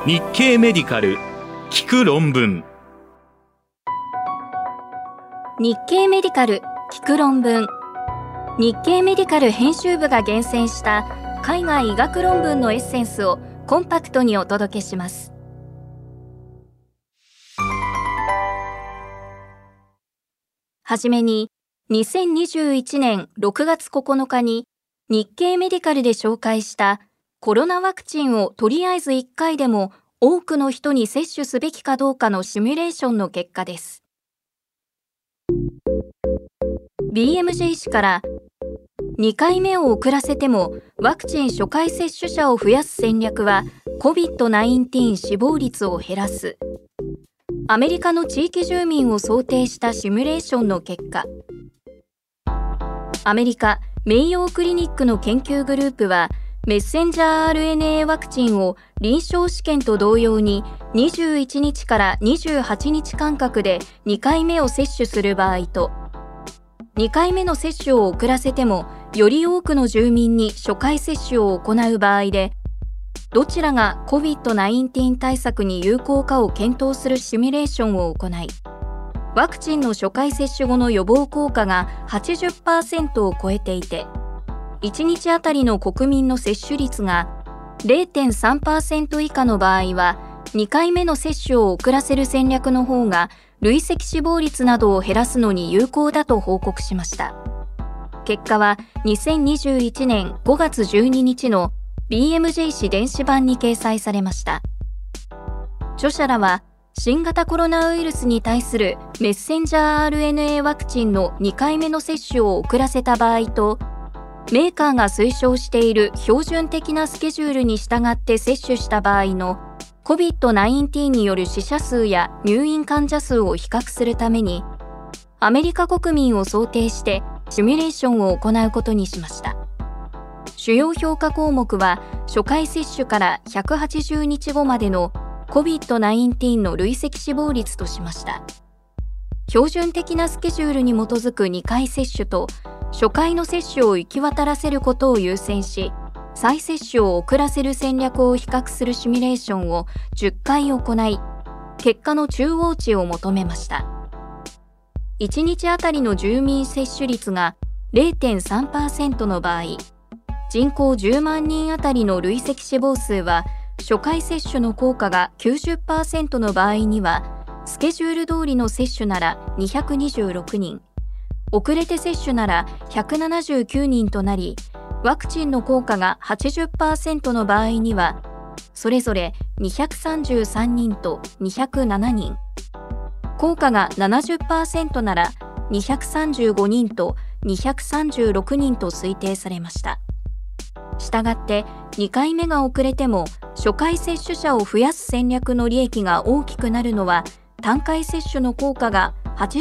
日経メディカル聞く論文。 日経メディカル聞く論文。日経メディカル編集部が厳選した海外医学論文のエッセンスをコンパクトにお届けします。はじめに、2021年6月9日に日経メディカルで紹介したコロナワクチンをとりあえず1回でも多くの人に接種すべきかどうかのシミュレーションの結果です。BMJ 氏から2回目を遅らせてもワクチン初回接種者を増やす戦略は COVID-19 死亡率を減らす。アメリカの地域住民を想定したシミュレーションの結果、アメリカメイヨークリニックの研究グループはメッセンジャー RNA ワクチンを臨床試験と同様に21日から28日間隔で2回目を接種する場合と、2回目の接種を遅らせてもより多くの住民に初回接種を行う場合で、どちらが COVID-19 対策に有効かを検討するシミュレーションを行い、ワクチンの初回接種後の予防効果が 80% を超えていて、1日あたりの国民の接種率が 0.3% 以下の場合は、2回目の接種を遅らせる戦略の方が累積死亡率などを減らすのに有効だと報告しました。結果は2021年5月12日の BMJ 誌電子版に掲載されました。著者らは、新型コロナウイルスに対するメッセンジャー RNA ワクチンの2回目の接種を遅らせた場合と、メーカーが推奨している標準的なスケジュールに従って接種した場合の COVID-19 による死者数や入院患者数を比較するために、アメリカ国民を想定してシミュレーションを行うことにしました。主要評価項目は、初回接種から180日後までの COVID-19 の累積死亡率としました。標準的なスケジュールに基づく2回接種と初回の接種を行き渡らせることを優先し、再接種を遅らせる戦略を比較するシミュレーションを10回行い、結果の中央値を求めました。1日あたりの住民接種率が 0.3% の場合、人口10万人あたりの累積死亡数は、初回接種の効果が 90% の場合には、スケジュール通りの接種なら226人、遅れて接種なら179人となり、ワクチンの効果が 80% の場合には、それぞれ233人と207人、効果が 70% なら235人と236人と推定されました。したがって2回目が遅れても初回接種者を増やす戦略の利益が大きくなるのは、単回接種の効果が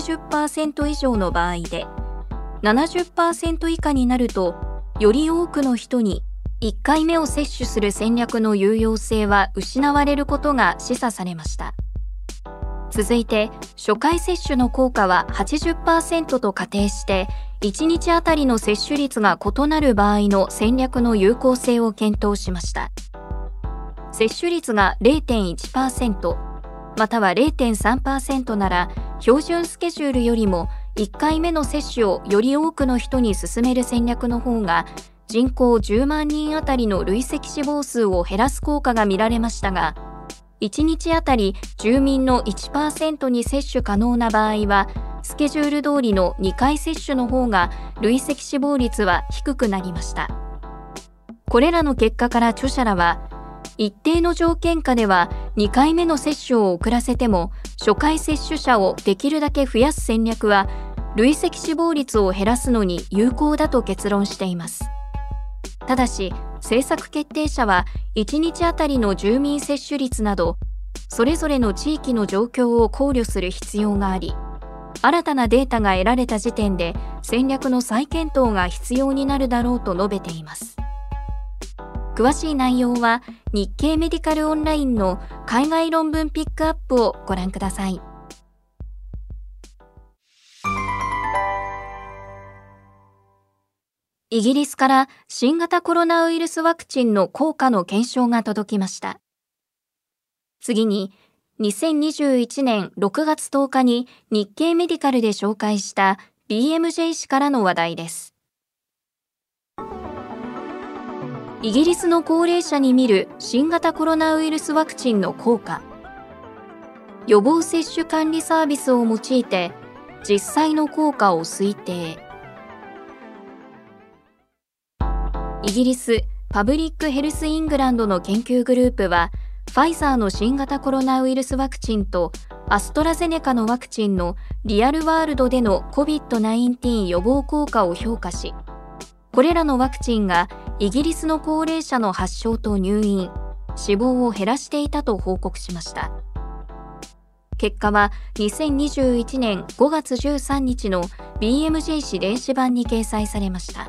80% 以上の場合で、70% 以下になるとより多くの人に1回目を接種する戦略の有用性は失われることが示唆されました。続いて、初回接種の効果は 80% と仮定して、1日あたりの接種率が異なる場合の戦略の有効性を検討しました。接種率が 0.1%、または 0.3% なら、標準スケジュールよりも1回目の接種をより多くの人に進める戦略の方が、人口10万人あたりの累積死亡数を減らす効果が見られましたが、1日あたり住民の 1% に接種可能な場合は、スケジュール通りの2回接種の方が累積死亡率は低くなりました。これらの結果から著者らは、一定の条件下では2回目の接種を遅らせても初回接種者をできるだけ増やす戦略は累積死亡率を減らすのに有効だと結論しています。ただし、政策決定者は1日あたりの住民接種率など、それぞれの地域の状況を考慮する必要があり、新たなデータが得られた時点で戦略の再検討が必要になるだろうと述べています。詳しい内容は日経メディカルオンラインの海外論文ピックアップをご覧ください。イギリスから新型コロナウイルスワクチンの効果の検証が届きました。 次に、2021年6月10日に日経メディカルで紹介した BMJ 氏からの話題です。イギリスの高齢者に見る新型コロナウイルスワクチンの効果。予防接種管理サービスを用いて実際の効果を推定。イギリスパブリックヘルスイングランドの研究グループは、ファイザーの新型コロナウイルスワクチンとアストラゼネカのワクチンのリアルワールドでの COVID-19 予防効果を評価し、これらのワクチンがイギリスの高齢者の発症と入院、死亡を減らしていたと報告しました。結果は2021年5月13日の BMJ 誌電子版に掲載されました。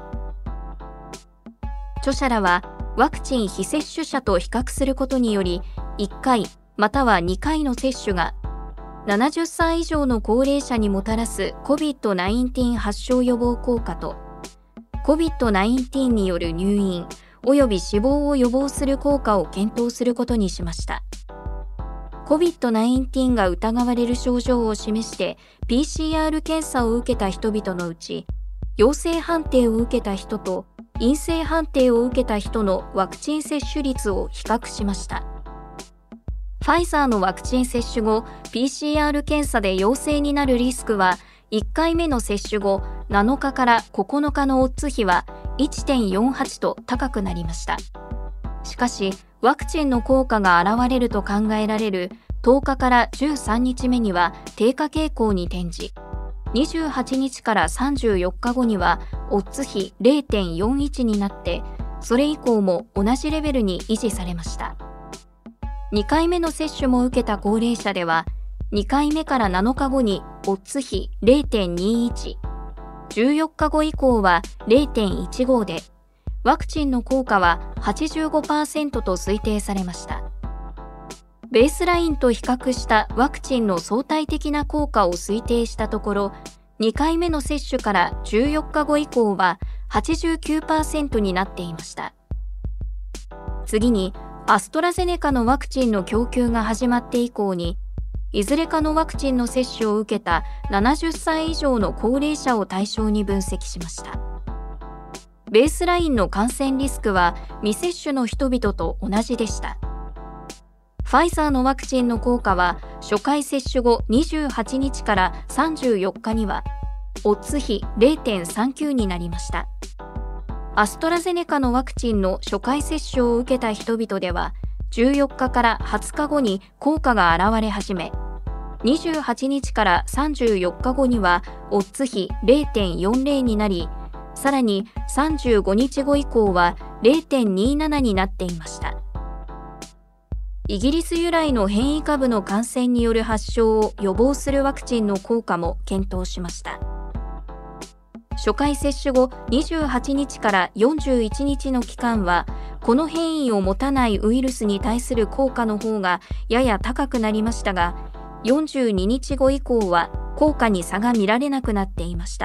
著者らは、ワクチン非接種者と比較することにより、1回または2回の接種が70歳以上の高齢者にもたらす COVID-19 発症予防効果と、COVID-19 による入院及び死亡を予防する効果を検討することにしました。COVID-19 が疑われる症状を示して PCR 検査を受けた人々のうち、陽性判定を受けた人と陰性判定を受けた人のワクチン接種率を比較しました。ファイザーのワクチン接種後、PCR 検査で陽性になるリスクは、1回目の接種後7日から9日のオッズ比は 1.48 と高くなりました。しかし、ワクチンの効果が現れると考えられる10日から13日目には低下傾向に転じ、28日から34日後にはオッズ比 0.41 になって、それ以降も同じレベルに維持されました。2回目の接種も受けた高齢者では、2回目から7日後にオッズ比 0.21、14日後以降は 0.15 で、ワクチンの効果は 85% と推定されました。ベースラインと比較したワクチンの相対的な効果を推定したところ、2回目の接種から14日後以降は 89% になっていました。次に、アストラゼネカのワクチンの供給が始まって以降に、いずれかのワクチンの接種を受けた70歳以上の高齢者を対象に分析しました。ベースラインの感染リスクは未接種の人々と同じでした。ファイザーのワクチンの効果は初回接種後28日から34日にはオッズ比 0.39 になりました。アストラゼネカのワクチンの初回接種を受けた人々では14日から20日後に効果が現れ始め、28日から34日後にはオッズ比 0.40 になり、さらに35日後以降は 0.27 になっていました。イギリス由来の変異株の感染による発症を予防するワクチンの効果も検討しました。初回接種後28日から41日の期間は、この変異を持たないウイルスに対する効果の方がやや高くなりましたが、42日後以降は効果に差が見られなくなっていました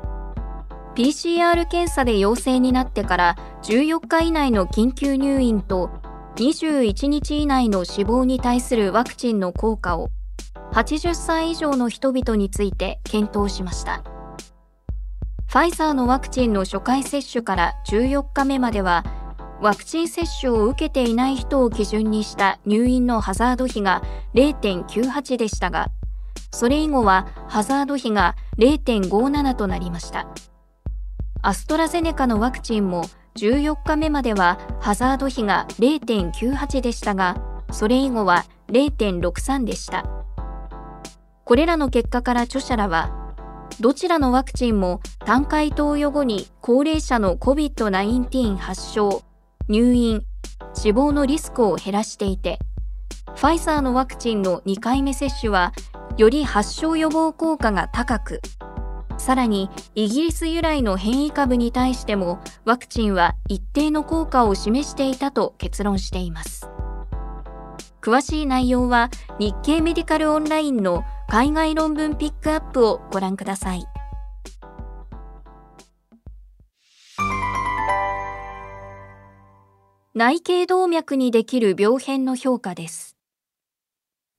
。PCR 検査で陽性になってから14日以内の緊急入院と21日以内の死亡に対するワクチンの効果を80歳以上の人々について検討しました。ファイザーのワクチンの初回接種から14日目までは、ワクチン接種を受けていない人を基準にした入院のハザード比が 0.98 でしたが、それ以後はハザード比が 0.57 となりました。アストラゼネカのワクチンも14日目まではハザード比が 0.98 でしたが、それ以後は 0.63 でした。これらの結果から著者らは、どちらのワクチンも単回投与後に高齢者の COVID-19 発症、入院、死亡のリスクを減らしていて、ファイザーのワクチンの2回目接種はより発症予防効果が高く、さらにイギリス由来の変異株に対してもワクチンは一定の効果を示していたと結論しています。詳しい内容は日経メディカルオンラインの海外論文ピックアップをご覧ください。内頸動脈にできる病変の評価です。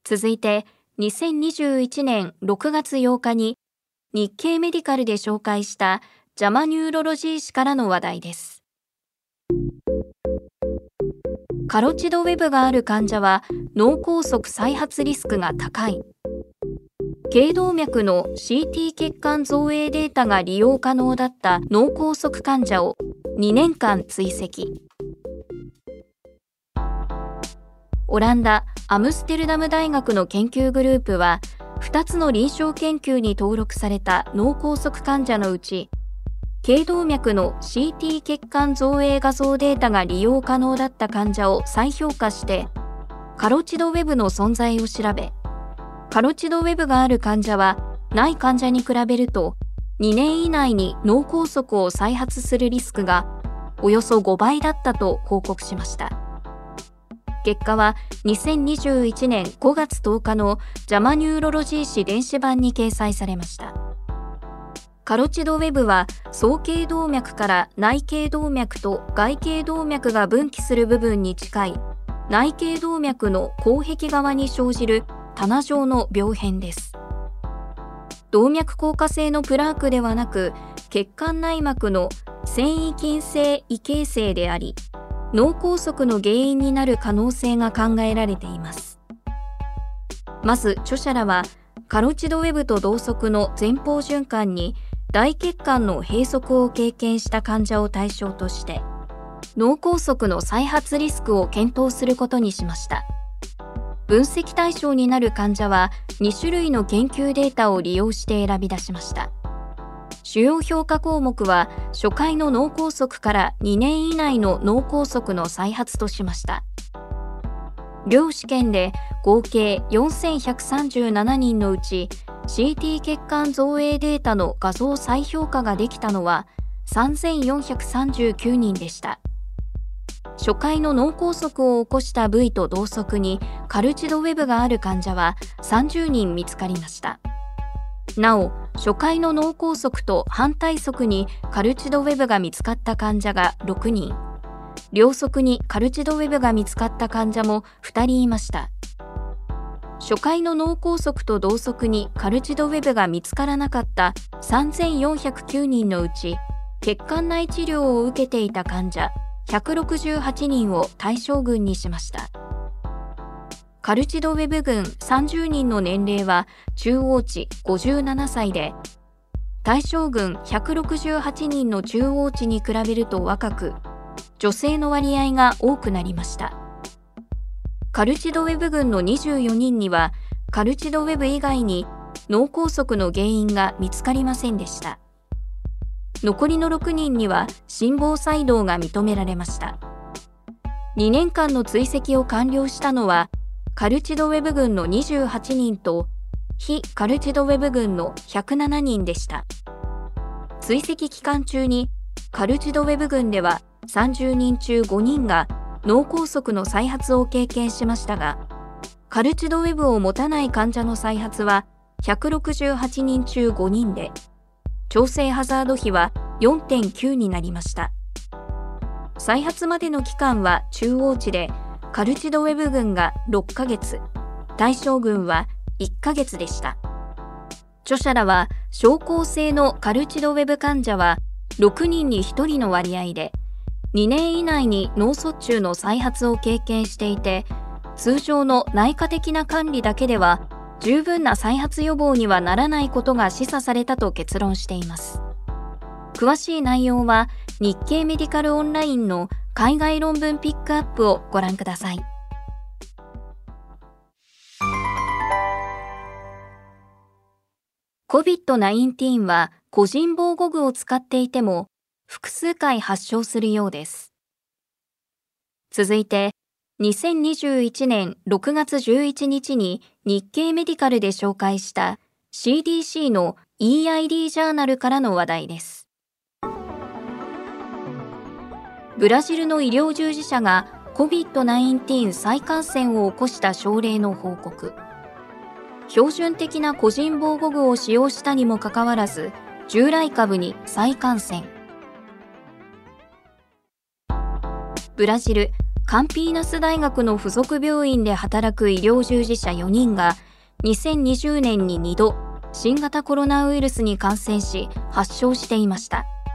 続いて、2021年6月8日に日経メディカルで紹介したJAMAニューロロジー誌からの話題です。カロチドウェブがある患者は脳梗塞再発リスクが高い。頸動脈の CT 血管造影データが利用可能だった脳梗塞患者を2年間追跡。オランダ・アムステルダム大学の研究グループは、2つの臨床研究に登録された脳梗塞患者のうち、頸動脈の CT 血管造影画像データが利用可能だった患者を再評価して、カロチドウェブの存在を調べ、カロチドウェブがある患者はない患者に比べると2年以内に脳梗塞を再発するリスクがおよそ5倍だったと報告しました。結果は2021年5月10日のJAMAニューロロジー誌電子版に掲載されました。カロチドウェブは総頸動脈から内頸動脈と外頸動脈が分岐する部分に近い内頸動脈の後壁側に生じる棚状の病変です。動脈硬化性のプラークではなく、血管内膜の線維筋性異形成であり、脳梗塞の原因になる可能性が考えられています。まず著者らは、カロチドウェブと同側の前方循環に大血管の閉塞を経験した患者を対象として、脳梗塞の再発リスクを検討することにしました。分析対象になる患者は2種類の研究データを利用して選び出しました。主要評価項目は初回の脳梗塞から2年以内の脳梗塞の再発としました。両試験で合計4137人のうち CT 血管造影データの画像再評価ができたのは3439人でした。初回の脳梗塞を起こした部位と同側にカルチドウェブがある患者は30人見つかりました。なお、初回の脳梗塞と反対側にカルチドウェブが見つかった患者が6人、両側にカルチドウェブが見つかった患者も2人いました。初回の脳梗塞と同側にカルチドウェブが見つからなかった3409人のうち、血管内治療を受けていた患者168人を対象群にしました。カルチドウェブ群30人の年齢は中央値57歳で、対象群168人の中央値に比べると若く、女性の割合が多くなりました。カルチドウェブ群の24人には、カルチドウェブ以外に脳梗塞の原因が見つかりませんでした。残りの6人には心房細動が認められました。2年間の追跡を完了したのは、カルチドウェブ群の28人と、非カルチドウェブ群の107人でした。追跡期間中に、カルチドウェブ群では30人中5人が脳梗塞の再発を経験しましたが、カルチドウェブを持たない患者の再発は168人中5人で、調整ハザード比は 4.9 になりました。再発までの期間は中央値で、カルチドウェブ群が6ヶ月、対象群は1ヶ月でした。著者らは、小康性のカルチドウェブ患者は6人に1人の割合で、2年以内に脳卒中の再発を経験していて、通常の内科的な管理だけでは、十分な再発予防にはならないことが示唆されたと結論しています。詳しい内容は日経メディカルオンラインの海外論文ピックアップをご覧ください。COVID-19 は個人防護具を使っていても複数回発症するようです。続いて、2021年6月11日に日経メディカルで紹介した CDC の EID ジャーナルからの話題です。ブラジルの医療従事者が COVID-19 再感染を起こした症例の報告。標準的な個人防護具を使用したにもかかわらず、従来株に再感染。ブラジルカンピーナス大学の附属病院で働く医療従事者4人が2020年に2度新型コロナウイルスに感染し発症していました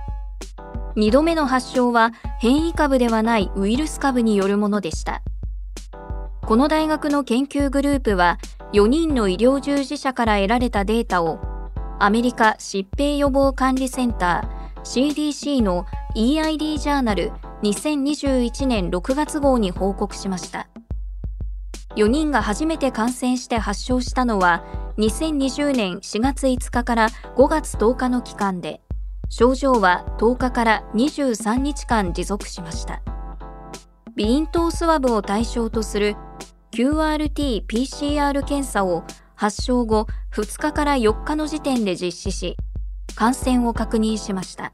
。2度目の発症は変異株ではないウイルス株によるものでした。この大学の研究グループは4人の医療従事者から得られたデータをアメリカ疾病予防管理センター CDC の EID ジャーナル2021年6月号に報告しました。4人が初めて感染して発症したのは2020年4月5日から5月10日の期間で、症状は10日から23日間持続しました。鼻咽頭スワブを対象とする QRT-PCR 検査を発症後2日から4日の時点で実施し、感染を確認しました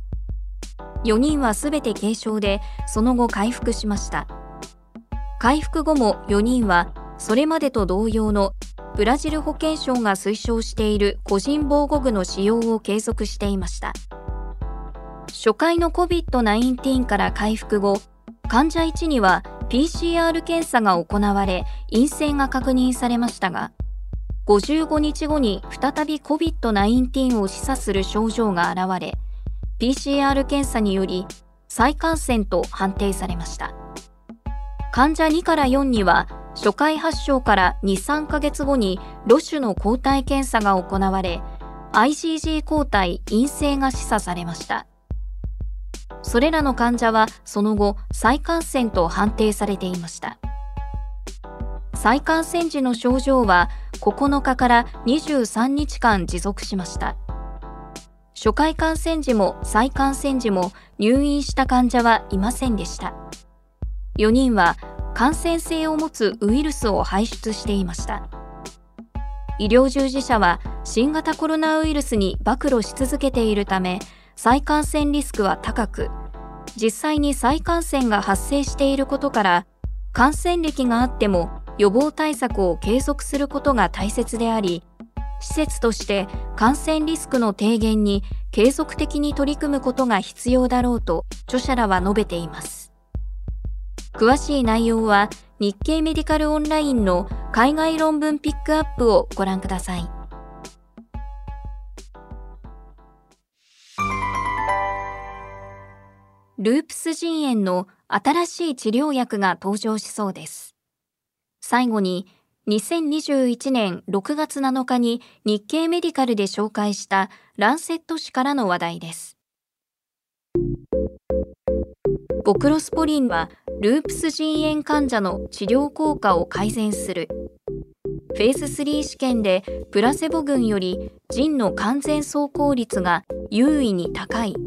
。4人はすべて軽症で、その後回復しました。回復後も4人はそれまでと同様のブラジル保健省が推奨している個人防護具の使用を継続していました。初回の COVID-19 から回復後、患者1には PCR 検査が行われ陰性が確認されましたが、55日後に再び COVID-19 を示唆する症状が現れ、PCR 検査により再感染と判定されました。患者2から4には初回発症から2、3ヶ月後にロシュの抗体検査が行われ、IgG 抗体陰性が示唆されました。それらの患者はその後再感染と判定されていました。再感染時の症状は9日から23日間持続しました。初回感染時も再感染時も入院した患者はいませんでした。4人は感染性を持つウイルスを排出していました。医療従事者は新型コロナウイルスに暴露し続けているため、再感染リスクは高く、実際に再感染が発生していることから、感染歴があっても予防対策を継続することが大切であり、施設として感染リスクの低減に継続的に取り組むことが必要だろうと著者らは述べています。詳しい内容は日経メディカルオンラインの海外論文ピックアップをご覧ください。ループス腎炎の新しい治療薬が登場しそうです。最後に、2021年6月7日に日経メディカルで紹介したランセット誌からの話題です。ボクロスポリンはループス腎炎患者の治療効果を改善する。フェーズ3試験でプラセボ群より腎の完全走行率が優位に高い。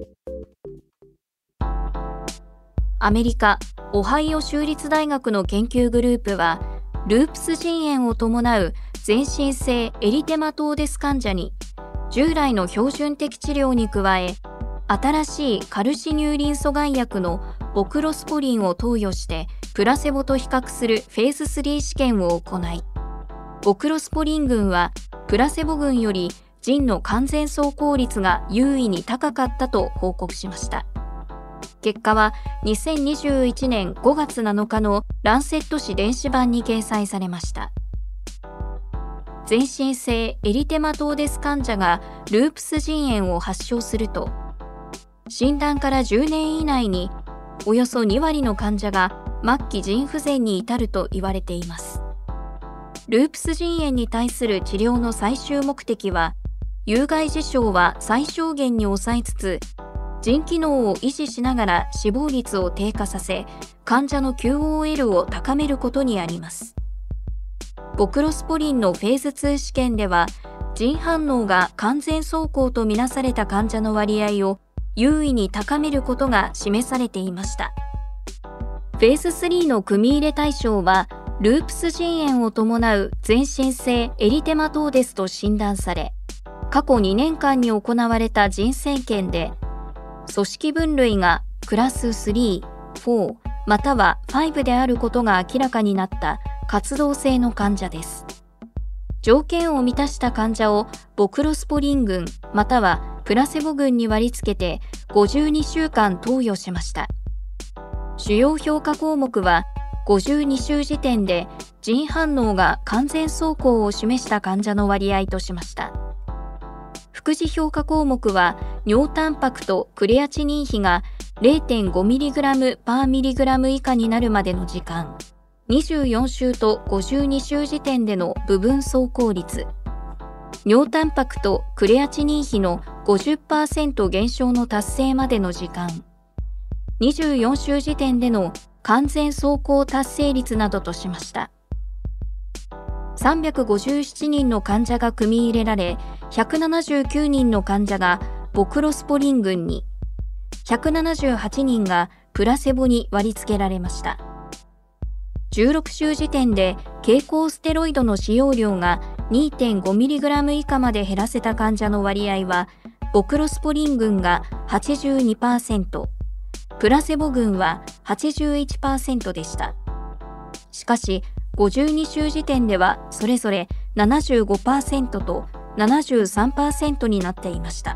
アメリカ・オハイオ州立大学の研究グループは、ループス腎炎を伴う全身性エリテマトーデス患者に、従来の標準的治療に加え、新しいカルシニューリン阻害薬のボクロスポリンを投与して、プラセボと比較するフェーズ3試験を行い、ボクロスポリン群はプラセボ群より腎の完全走行率が優位に高かったと報告しました。結果は2021年5月7日のランセット誌電子版に掲載されました。全身性エリテマトーデス患者がループス腎炎を発症すると、診断から10年以内におよそ2割の患者が末期腎不全に至ると言われています。ループス腎炎に対する治療の最終目的は、有害事象は最小限に抑えつつ、腎機能を維持しながら死亡率を低下させ、患者の QOL を高めることにあります。ボクロスポリンのフェーズ2試験では、腎反応が完全走行とみなされた患者の割合を優位に高めることが示されていました。フェーズ3の組み入れ対象は、ループス腎炎を伴う全身性エリテマトーデスと診断され、過去2年間に行われた腎生検で、組織分類がクラス3、4または5であることが明らかになった活動性の患者です。条件を満たした患者をボクロスポリン群またはプラセボ群に割り付けて52週間投与しました。 主要評価項目は、52週時点で腎反応が完全走行を示した患者の割合としました。副次評価項目は、尿タンパクとクレアチニン比が 0.5mg パーミリグラム以下になるまでの時間、24週と52週時点での部分走行率、尿タンパクとクレアチニン比の 50% 減少の達成までの時間、24週時点での完全走行達成率などとしました。357人の患者が組み入れられ、179人の患者がボクロスポリン群に、178人がプラセボに割り付けられました。16週時点で経口ステロイドの使用量が 2.5mg 以下まで減らせた患者の割合は、ボクロスポリン群が 82%、プラセボ群は 81% でした。しかし、52週時点ではそれぞれ 75% と 73% になっていました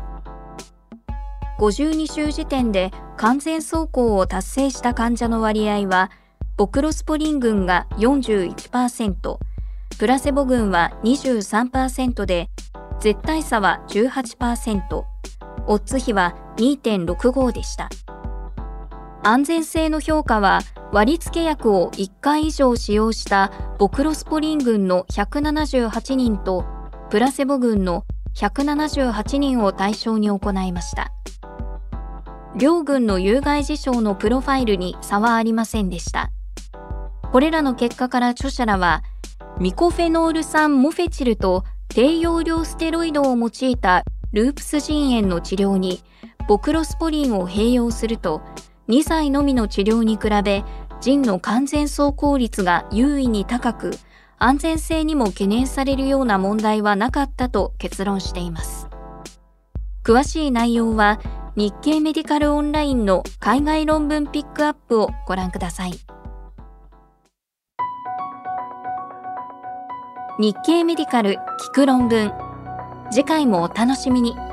。52週時点で完全走行を達成した患者の割合は、ボクロスポリン群が 41%、プラセボ群は 23% で、絶対差は 18%、オッズ比は 2.65 でした。安全性の評価は、割付薬を1回以上使用したボクロスポリン群の178人とプラセボ群の178人を対象に行いました。両群の有害事象のプロファイルに差はありませんでした。これらの結果から著者らは、ミコフェノール酸モフェチルと低用量ステロイドを用いたループス腎炎の治療にボクロスポリンを併用すると、2歳のみの治療に比べ、腎の完全走行率が優位に高く、安全性にも懸念されるような問題はなかったと結論しています。詳しい内容は、日経メディカルオンラインの海外論文ピックアップをご覧ください。日経メディカル聞く論文。次回もお楽しみに。